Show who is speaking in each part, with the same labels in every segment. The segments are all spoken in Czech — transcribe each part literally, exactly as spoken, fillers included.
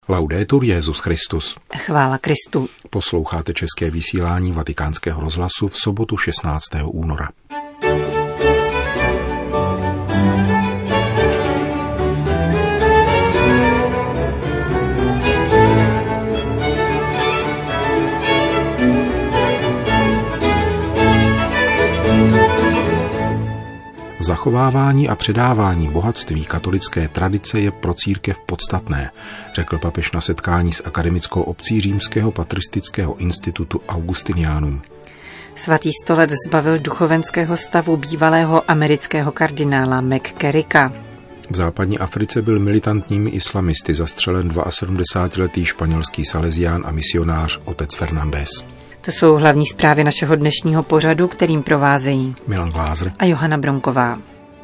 Speaker 1: Laudetur Jesus Christus.
Speaker 2: Chvála Kristu.
Speaker 1: Posloucháte české vysílání Vatikánského rozhlasu v sobotu šestnáctého února. Zachovávání a předávání bohatství katolické tradice je pro církev podstatné, řekl papež na setkání s akademickou obcí Římského patristického institutu Augustinianum.
Speaker 2: Svatý stolec zbavil duchovenského stavu bývalého amerického kardinála McCarricka.
Speaker 1: V západní Africe byl militantními islamisty zastřelen sedmdesátidvouletý španělský salezián a misionář otec Fernández.
Speaker 2: To jsou hlavní zprávy našeho dnešního pořadu, kterým provázejí
Speaker 1: Milan Glázer
Speaker 2: a Johana Bronková.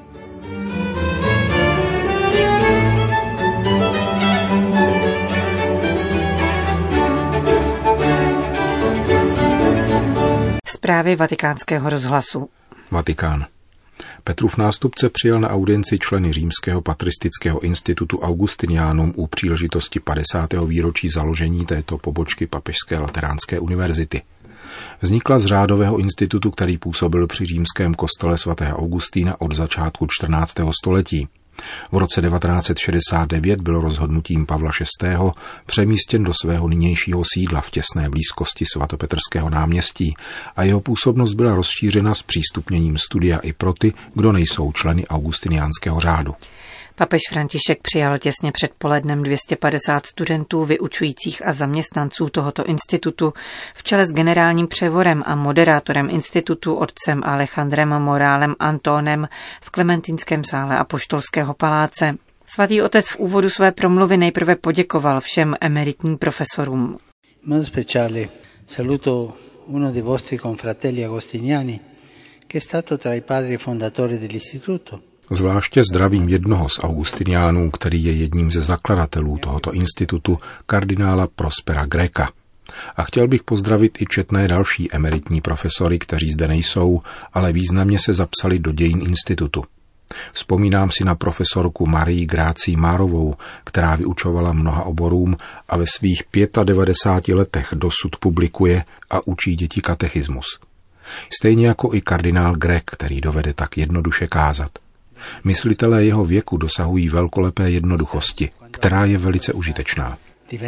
Speaker 2: Zprávy Vatikánského rozhlasu.
Speaker 1: Vatikán. Petrův nástupce přijal na audienci členy Římského patristického institutu Augustinianum u příležitosti padesátého výročí založení této pobočky Papežské lateránské univerzity. Vznikla z řádového institutu, který působil při římském kostele svatého Augustína od začátku čtrnáctého století. V roce devatenáct set šedesát devět byl rozhodnutím Pavla šestého přemístěn do svého nynějšího sídla v těsné blízkosti svatopetrského náměstí a jeho působnost byla rozšířena s přístupněním studia i pro ty, kdo nejsou členy augustiniánského řádu.
Speaker 2: Papež František přijal těsně před polednem dvě stě padesát studentů, vyučujících a zaměstnanců tohoto institutu v čele s generálním převorem a moderátorem institutu otcem Alejandrem Morálem Antónem v Klementinském sále Apoštolského paláce. Svatý otec v úvodu své promluvy nejprve poděkoval všem emeritním profesorům.
Speaker 3: Modo speciale saluto uno dei vostri confratelli agostiniani che è stato tra i padri fondatori dell'istituto.
Speaker 1: Zvláště zdravím jednoho z augustiniánů, který je jedním ze zakladatelů tohoto institutu, kardinála Prospera Grecka. A chtěl bych pozdravit i četné další emeritní profesory, kteří zde nejsou, ale významně se zapsali do dějin institutu. Vzpomínám si na profesorku Marii Grácii Márovou, která vyučovala mnoha oborům a ve svých devadesát pěti letech dosud publikuje a učí děti katechismus. Stejně jako i kardinál Grek, který dovede tak jednoduše kázat. Myslitelé jeho věku dosahují velkolepé jednoduchosti, která je velice užitečná.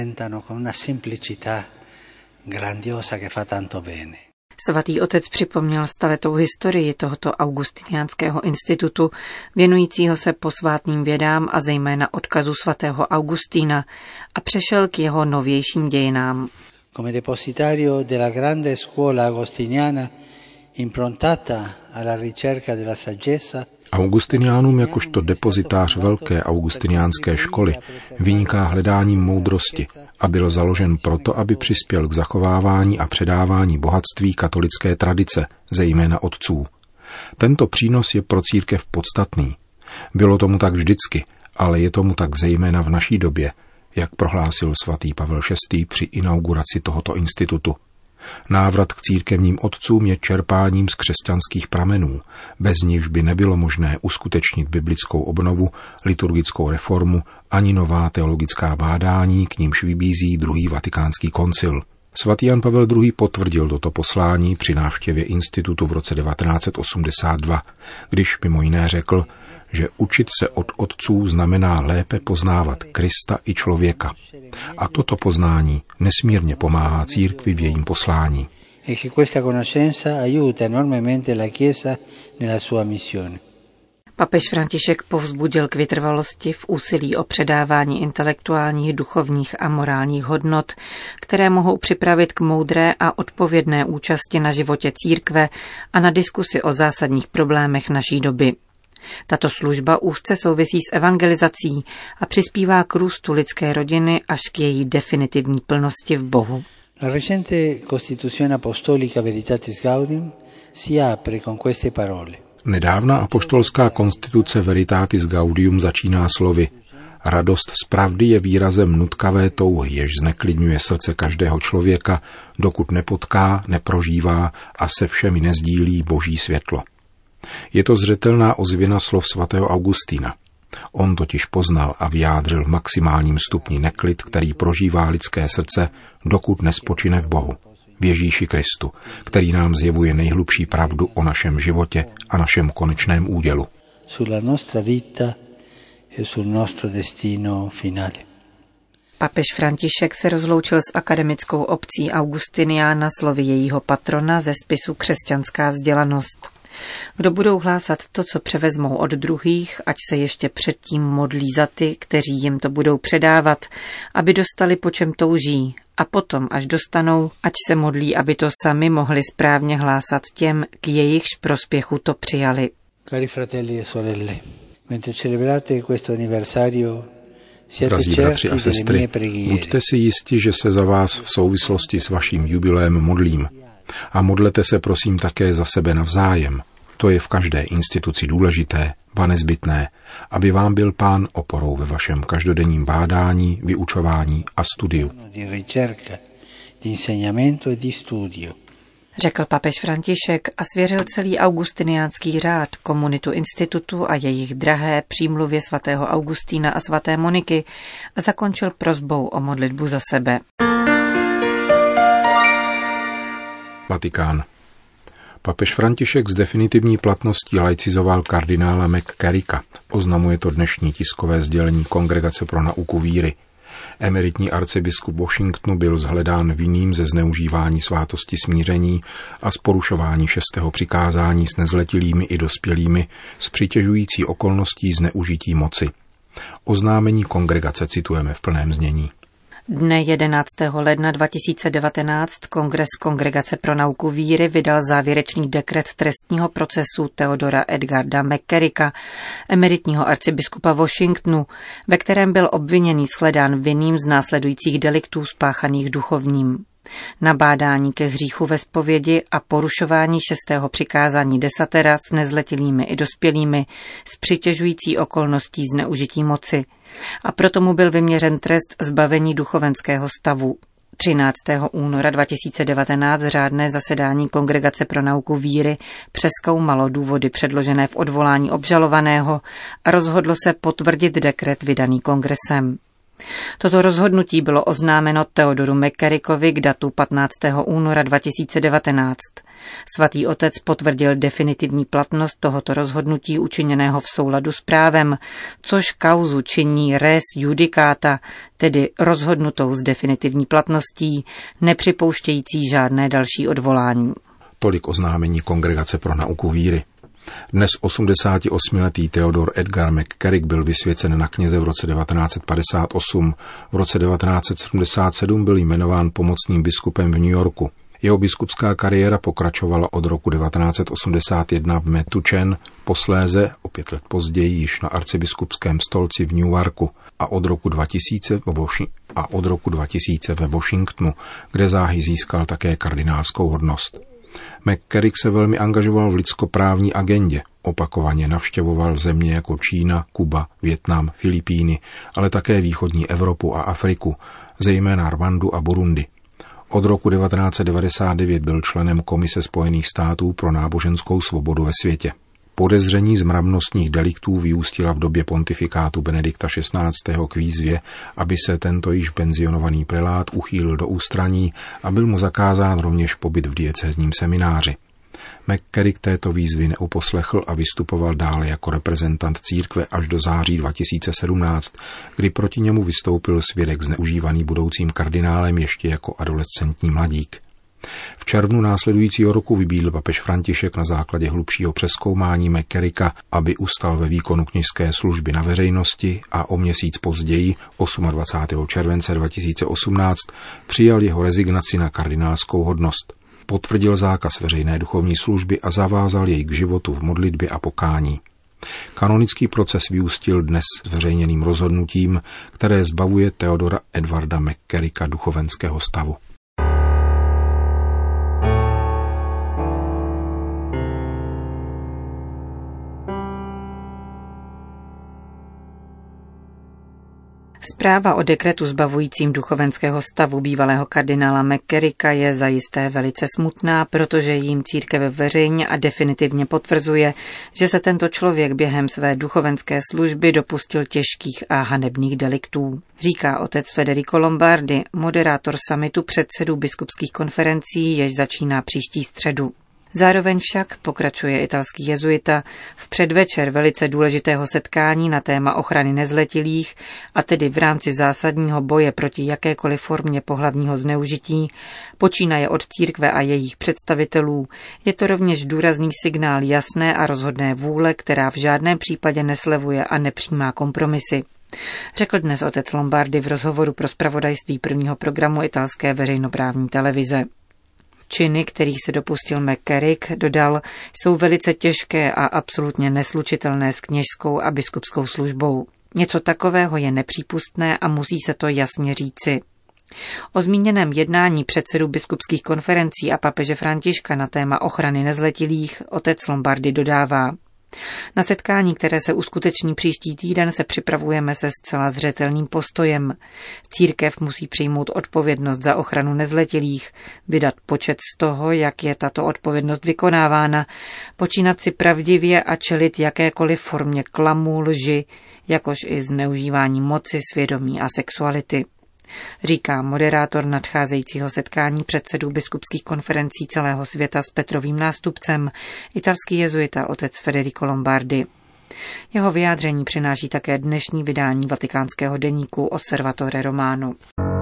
Speaker 2: Svatý otec připomněl staletou historii tohoto augustiniánského institutu, věnujícího se posvátným vědám a zejména odkazu svatého Augustína, a přešel k jeho novějším dějinám.
Speaker 3: Come depositario della grande scuola agostiniana improntata alla ricerca della saggezza.
Speaker 1: Augustinianum jakožto depozitář velké augustiniánské školy vyniká hledáním moudrosti a byl založen proto, aby přispěl k zachovávání a předávání bohatství katolické tradice, zejména otců. Tento přínos je pro církev podstatný. Bylo tomu tak vždycky, ale je tomu tak zejména v naší době, jak prohlásil svatý Pavel šestý při inauguraci tohoto institutu. Návrat k církevním otcům je čerpáním z křesťanských pramenů, bez nichž by nebylo možné uskutečnit biblickou obnovu, liturgickou reformu ani nová teologická bádání, k nímž vybízí druhý vatikánský koncil. Svatý Jan Pavel druhý potvrdil toto poslání při návštěvě institutu v roce devatenáct set osmdesát dva, když mimo jiné řekl, že učit se od otců znamená lépe poznávat Krista i člověka. A toto poznání nesmírně pomáhá církvi v jejím poslání.
Speaker 2: Papež František povzbudil k vytrvalosti v úsilí o předávání intelektuálních, duchovních a morálních hodnot, které mohou připravit k moudré a odpovědné účasti na životě církve a na diskusi o zásadních problémech naší doby. Tato služba úzce souvisí s evangelizací a přispívá k růstu lidské rodiny až k její definitivní plnosti v Bohu.
Speaker 3: La recente Costituzione Apostolica Veritatis Gaudium si apre con queste parole.
Speaker 1: Nedávná apoštolská konstituce Veritatis Gaudium začíná slovy: Radost z pravdy je výrazem nutkavé touhy, jež zneklidňuje srdce každého člověka, dokud nepotká, neprožívá a se všemi nezdílí boží světlo. Je to zřetelná ozvěna slov svatého Augustína. On totiž poznal a vyjádřil v maximálním stupni neklid, který prožívá lidské srdce, dokud nespočine v Bohu, v Ježíši Kristu, který nám zjevuje nejhlubší pravdu o našem životě a našem konečném údělu.
Speaker 3: Sulla nostra vita e sul nostro destino finale.
Speaker 2: Papež František se rozloučil s akademickou obcí Augustiniana slovy jejího patrona ze spisu Křesťanská vzdělanost. Kdo budou hlásat to, co převezmou od druhých, ať se ještě předtím modlí za ty, kteří jim to budou předávat, aby dostali, po čem touží, a potom, až dostanou, ať se modlí, aby to sami mohli správně hlásat těm, k jejichž prospěchu to přijali.
Speaker 3: Cari fratelli e sorelle, mentre celebrate questo anniversario,
Speaker 1: Drazí bratři a sestry, buďte si jisti, že se za vás v souvislosti s vaším jubileem modlím. A modlete se prosím také za sebe navzájem. To je v každé instituci důležité, ba nezbytné, aby vám byl Pán oporou ve vašem každodenním bádání, vyučování a studiu.
Speaker 2: Řekl papež František a svěřil celý augustiniánský řád, komunitu institutu a jejich drahé přímluvě svatého Augustína a svaté Moniky a zakončil prosbou o modlitbu za sebe.
Speaker 1: Vatikán. Papež František s definitivní platností laicizoval kardinála McCarricka. Oznamuje to dnešní tiskové sdělení Kongregace pro nauku víry. Emeritní arcibiskup Washingtonu byl shledán vinným ze zneužívání svátosti smíření a z porušování šestého přikázání s nezletilými i dospělými s přitěžující okolností zneužití moci. Oznámení kongregace citujeme v plném znění.
Speaker 2: Dne jedenáctého ledna dva tisíce devatenáct Kongres Kongregace pro nauku víry vydal závěrečný dekret trestního procesu Theodora Edgarda McCarricka, emeritního arcibiskupa Washingtonu, ve kterém byl obviněný shledán vinným z následujících deliktů spáchaných duchovním: nabádání ke hříchu ve zpovědi a porušování šestého přikázání desatera s nezletilými i dospělými s přitěžující okolností zneužití moci. A proto mu byl vyměřen trest zbavení duchovenského stavu. třináctého února dva tisíce devatenáct řádné zasedání Kongregace pro nauku víry přezkoumalo důvody předložené v odvolání obžalovaného a rozhodlo se potvrdit dekret vydaný kongresem. Toto rozhodnutí bylo oznámeno Theodoru McCarrickovi k datu patnáctého února dva tisíce devatenáct. Svatý otec potvrdil definitivní platnost tohoto rozhodnutí učiněného v souladu s právem, což kauzu činí res judicata, tedy rozhodnutou s definitivní platností, nepřipouštějící žádné další odvolání.
Speaker 1: Tolik oznámení Kongregace pro nauku víry. Dnes osmdesátiosmiletý Theodor Edgar McCarrick byl vysvěcen na kněze v roce devatenáct set padesát osm. V roce devatenáct set sedmdesát sedm byl jmenován pomocným biskupem v New Yorku. Jeho biskupská kariéra pokračovala od roku devatenáct set osmdesát jedna v Metuchen, posléze o pět let později již na arcibiskupském stolci v Newarku a od roku dva tisíce, a od roku dva tisíce ve Washingtonu, kde záhy získal také kardinálskou hodnost. McCarrick se velmi angažoval v lidskoprávní agendě, opakovaně navštěvoval země jako Čína, Kuba, Vietnam, Filipíny, ale také východní Evropu a Afriku, zejména Rwandu a Burundi. Od roku devatenáct set devadesát devět byl členem Komise Spojených států pro náboženskou svobodu ve světě. Podezření z mravnostních deliktů vyústila v době pontifikátu Benedikta šestnáctého k výzvě, aby se tento již penzionovaný prelát uchýlil do ústraní a byl mu zakázán rovněž pobyt v diecézním semináři. McCarrick této výzvy neuposlechl a vystupoval dále jako reprezentant církve až do září dva tisíce sedmnáct, kdy proti němu vystoupil svědek zneužívaný budoucím kardinálem ještě jako adolescentní mladík. V červnu následujícího roku vybídl papež František na základě hlubšího přezkoumání McCarricka, aby ustal ve výkonu kněžské služby na veřejnosti a o měsíc později, dvacátého osmého července dva tisíce osmnáct, přijal jeho rezignaci na kardinálskou hodnost. Potvrdil zákaz veřejné duchovní služby a zavázal jej k životu v modlitbě a pokání. Kanonický proces vyústil dnes zveřejněným rozhodnutím, které zbavuje Theodora Edwarda McCarricka duchovenského stavu.
Speaker 2: Zpráva o dekretu zbavujícím duchovenského stavu bývalého kardinála McCarricka je zajisté velice smutná, protože jím církev veřejně a definitivně potvrzuje, že se tento člověk během své duchovenské služby dopustil těžkých a hanebných deliktů. Říká otec Federico Lombardi, moderátor summitu předsedů biskupských konferencí, jež začíná příští středu. Zároveň však, pokračuje italský jezuita, v předvečer velice důležitého setkání na téma ochrany nezletilých, a tedy v rámci zásadního boje proti jakékoliv formě pohlavního zneužití, počínaje od církve a jejich představitelů, je to rovněž důrazný signál jasné a rozhodné vůle, která v žádném případě neslevuje a nepřijímá kompromisy. Řekl dnes otec Lombardi v rozhovoru pro zpravodajství prvního programu italské veřejnoprávní televize. Činy, kterých se dopustil McCarrick, dodal, jsou velice těžké a absolutně neslučitelné s kněžskou a biskupskou službou. Něco takového je nepřípustné a musí se to jasně říci. O zmíněném jednání předsedů biskupských konferencí a papeže Františka na téma ochrany nezletilých otec Lombardi dodává: Na setkání, které se uskuteční příští týden, se připravujeme se zcela zřetelným postojem. Církev musí přijmout odpovědnost za ochranu nezletilých, vydat počet z toho, jak je tato odpovědnost vykonávána, počínat si pravdivě a čelit jakékoliv formě klamu, lži, jakož i zneužívání moci, svědomí a sexuality. Říká moderátor nadcházejícího setkání předsedů biskupských konferencí celého světa s Petrovým nástupcem, italský jezuita otec Federico Lombardi. Jeho vyjádření přináší také dnešní vydání vatikánského deníku Osservatore Romano.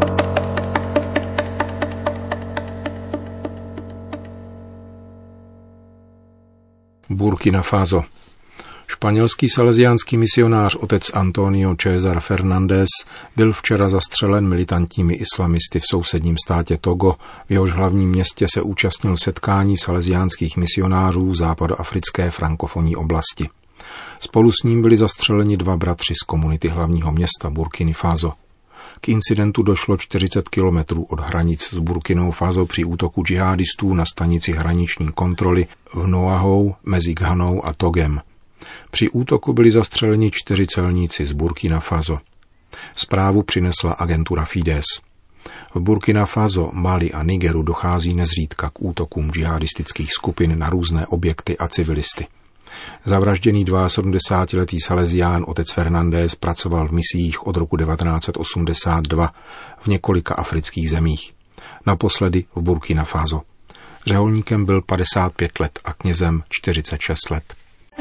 Speaker 1: Burkina Faso. Španělský salesiánský misionář otec Antonio César Fernández byl včera zastřelen militantními islamisty v sousedním státě Togo, v jehož hlavním městě se účastnil setkání salesiánských misionářů západoafrické frankofonní oblasti. Spolu s ním byli zastřeleni dva bratři z komunity hlavního města Burkiny Faso. K incidentu došlo čtyřicet kilometrů od hranic s Burkinou Faso při útoku džihadistů na stanici hraniční kontroly v Noahou mezi Ghanou a Togem. Při útoku byli zastřeleni čtyři celníci z Burkina Faso. Zprávu přinesla agentura Fides. V Burkina Faso, Mali a Nigeru dochází nezřídka k útokům džihadistických skupin na různé objekty a civilisty. Zavražděný sedmdesátiletý salesián otec Fernández pracoval v misiích od roku devatenáct set osmdesát dva v několika afrických zemích. Naposledy v Burkina Faso. Řeholníkem byl padesát pět let a knězem čtyřicet šest let.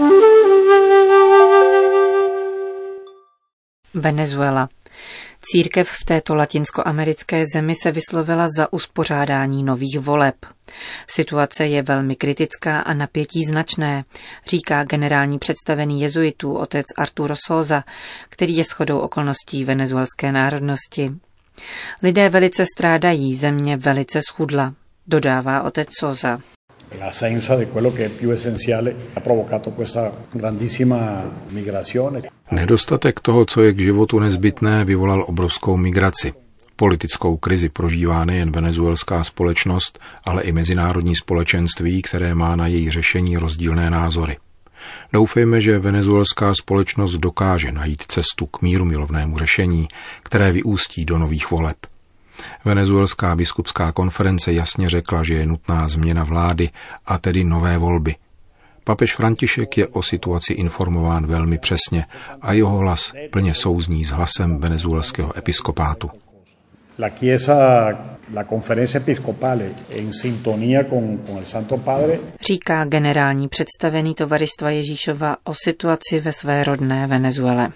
Speaker 2: Venezuela. Církev v této latinskoamerické zemi se vyslovila za uspořádání nových voleb. Situace je velmi kritická a napětí značné, říká generální představený jezuitů otec Arturo Sosa, který je shodou okolností venezuelské národnosti. Lidé velice strádají, země velice schudla, dodává otec Sosa.
Speaker 4: L'assenza di quello che è più essenziale ha provocato questa grandissima migrazione.
Speaker 1: Nedostatek toho, co je k životu nezbytné, vyvolal obrovskou migraci. Politickou krizi prožívá nejen venezuelská společnost, ale i mezinárodní společenství, které má na její řešení rozdílné názory. Doufejme, že venezuelská společnost dokáže najít cestu k mírumilovnému řešení, které vyústí do nových voleb. Venezuelská biskupská konference jasně řekla, že je nutná změna vlády a tedy nové volby. Papež František je o situaci informován velmi přesně a jeho hlas plně souzní s hlasem venezuelského episkopátu.
Speaker 4: La Chiesa, la Conferencia Episcopale en sintonía con, con el Santo Padre,
Speaker 2: říká generální představený Tovaristva Ježíšova o situaci ve své rodné Venezuele.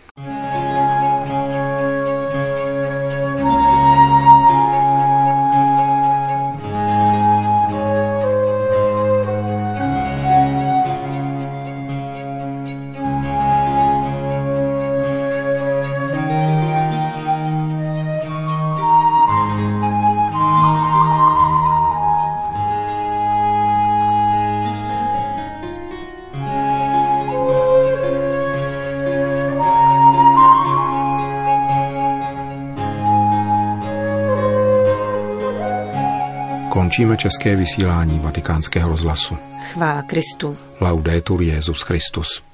Speaker 1: Končíme české vysílání Vatikánského rozhlasu.
Speaker 2: Chvála Kristu.
Speaker 1: Laudetur Jesus Christus.